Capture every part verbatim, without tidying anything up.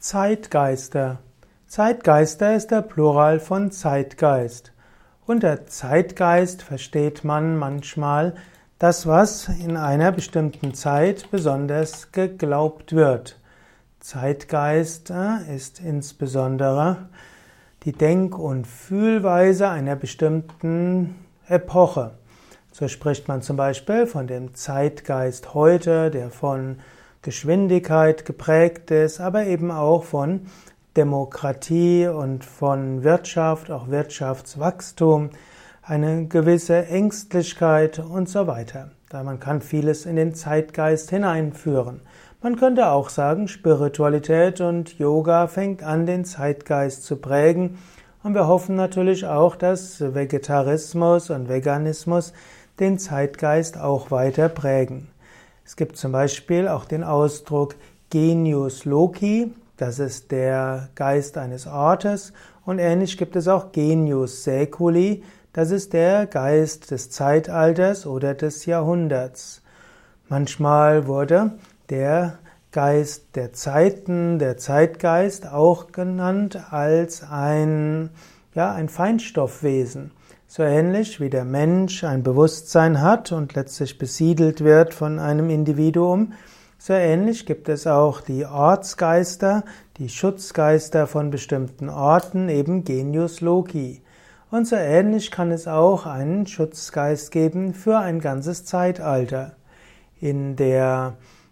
Zeitgeister. Zeitgeister ist der Plural von Zeitgeist. Unter Zeitgeist versteht man manchmal das, was in einer bestimmten Zeit besonders geglaubt wird. Zeitgeist ist insbesondere die Denk- und Fühlweise einer bestimmten Epoche. So spricht man zum Beispiel von dem Zeitgeist heute, der von Geschwindigkeit geprägt ist, aber eben auch von Demokratie und von Wirtschaft, auch Wirtschaftswachstum, eine gewisse Ängstlichkeit und so weiter. Da man kann vieles in den Zeitgeist hineinführen. Man könnte auch sagen, Spiritualität und Yoga fängt an, den Zeitgeist zu prägen. Und wir hoffen natürlich auch, dass Vegetarismus und Veganismus den Zeitgeist auch weiter prägen. Es gibt zum Beispiel auch den Ausdruck Genius Loci, das ist der Geist eines Ortes, und ähnlich gibt es auch Genius Saeculi, das ist der Geist des Zeitalters oder des Jahrhunderts. Manchmal wurde der Geist der Zeiten, der Zeitgeist, auch genannt als ein, ja, ein Feinstoffwesen. So ähnlich wie der Mensch ein Bewusstsein hat und letztlich besiedelt wird von einem Individuum, so ähnlich gibt es auch die Ortsgeister, die Schutzgeister von bestimmten Orten, eben Genius Loci. Und so ähnlich kann es auch einen Schutzgeist geben für ein ganzes Zeitalter. In der,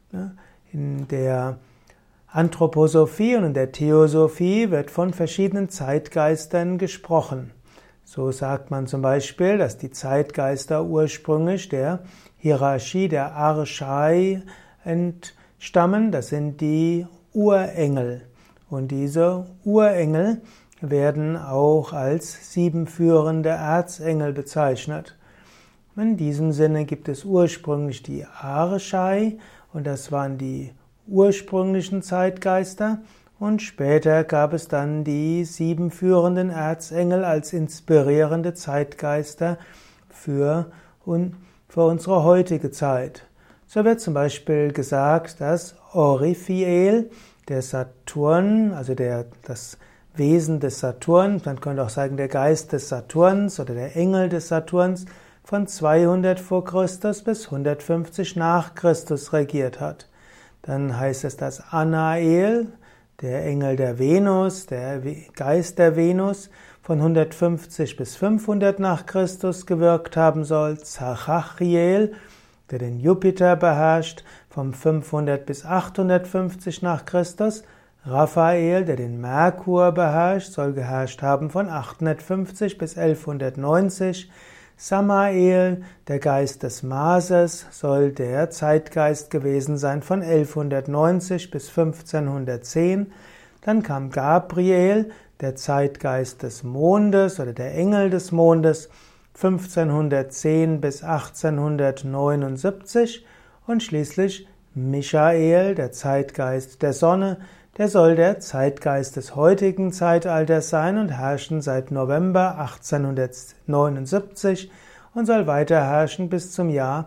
in der Anthroposophie und in der Theosophie wird von verschiedenen Zeitgeistern gesprochen. So sagt man zum Beispiel, dass die Zeitgeister ursprünglich der Hierarchie der Archai entstammen. Das sind die Urengel. Und diese Urengel werden auch als siebenführende Erzengel bezeichnet. In diesem Sinne gibt es ursprünglich die Archai, und das waren die ursprünglichen Zeitgeister. Und später gab es dann die sieben führenden Erzengel als inspirierende Zeitgeister für, für unsere heutige Zeit. So wird zum Beispiel gesagt, dass Oriphiel, der Saturn, also der, das Wesen des Saturn, man könnte auch sagen der Geist des Saturns oder der Engel des Saturns, von zweihundert vor Christus bis hundertfünfzig nach Christus regiert hat. Dann heißt es, dass Anael, der Engel der Venus, der Geist der Venus, von hundertfünfzig bis fünfhundert nach Christus gewirkt haben soll. Zachachiel, der den Jupiter beherrscht, von fünfhundert bis achthundertfünfzig nach Christus. Raphael, der den Merkur beherrscht, soll geherrscht haben von achthundertfünfzig bis elfhundertneunzig. Samael, der Geist des Marses, soll der Zeitgeist gewesen sein von elfhundertneunzig bis fünfzehnhundertzehn. Dann kam Gabriel, der Zeitgeist des Mondes oder der Engel des Mondes, fünfzehnhundertzehn bis achtzehnhundertneunundsiebzig. Und schließlich Michael, der Zeitgeist der Sonne, der soll der Zeitgeist des heutigen Zeitalters sein und herrschen seit November achtzehnhundertneunundsiebzig und soll weiter herrschen bis zum Jahr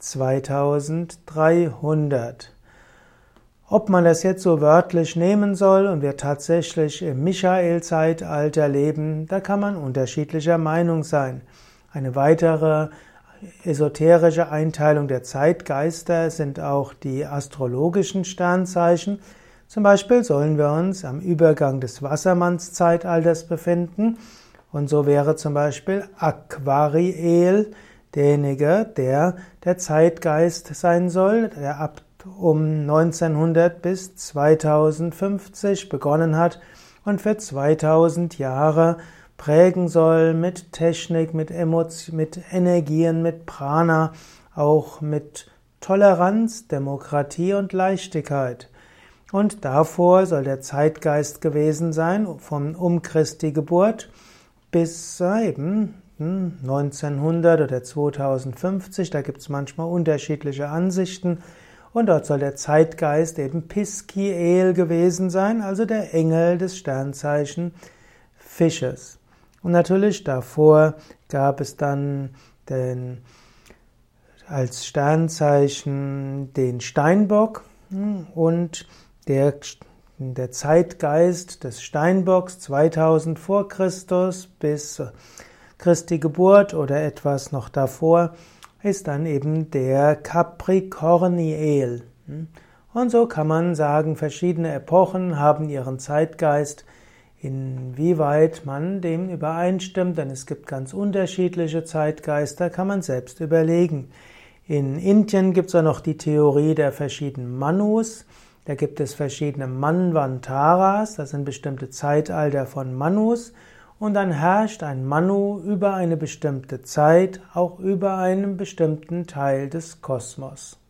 zweitausenddreihundert. Ob man das jetzt so wörtlich nehmen soll und wir tatsächlich im Michael-Zeitalter leben, da kann man unterschiedlicher Meinung sein. Eine weitere esoterische Einteilung der Zeitgeister sind auch die astrologischen Sternzeichen. Zum Beispiel sollen wir uns am Übergang des Wassermannszeitalters befinden, und so wäre zum Beispiel Aquariel derjenige, der der Zeitgeist sein soll, der ab um neunzehnhundert bis zweitausendfünfzig begonnen hat und für zweitausend Jahre prägen soll mit Technik, mit Emotionen, mit Energien, mit Prana, auch mit Toleranz, Demokratie und Leichtigkeit. Und davor soll der Zeitgeist gewesen sein, von um Christi Geburt bis eben neunzehnhundert oder zweitausendfünfzig, da gibt es manchmal unterschiedliche Ansichten. Und dort soll der Zeitgeist eben Piskiel gewesen sein, also der Engel des Sternzeichen Fisches. Und natürlich davor gab es dann den, als Sternzeichen den Steinbock und der der Zeitgeist des Steinbocks zweitausend vor Christus bis Christi Geburt oder etwas noch davor, ist dann eben der Capricorniel. Und so kann man sagen, verschiedene Epochen haben ihren Zeitgeist. Inwieweit man dem übereinstimmt, denn es gibt ganz unterschiedliche Zeitgeister, kann man selbst überlegen. In Indien gibt es auch noch die Theorie der verschiedenen Manus. Da gibt es verschiedene Manvantaras, das sind bestimmte Zeitalter von Manus. Und dann herrscht ein Manu über eine bestimmte Zeit, auch über einen bestimmten Teil des Kosmos.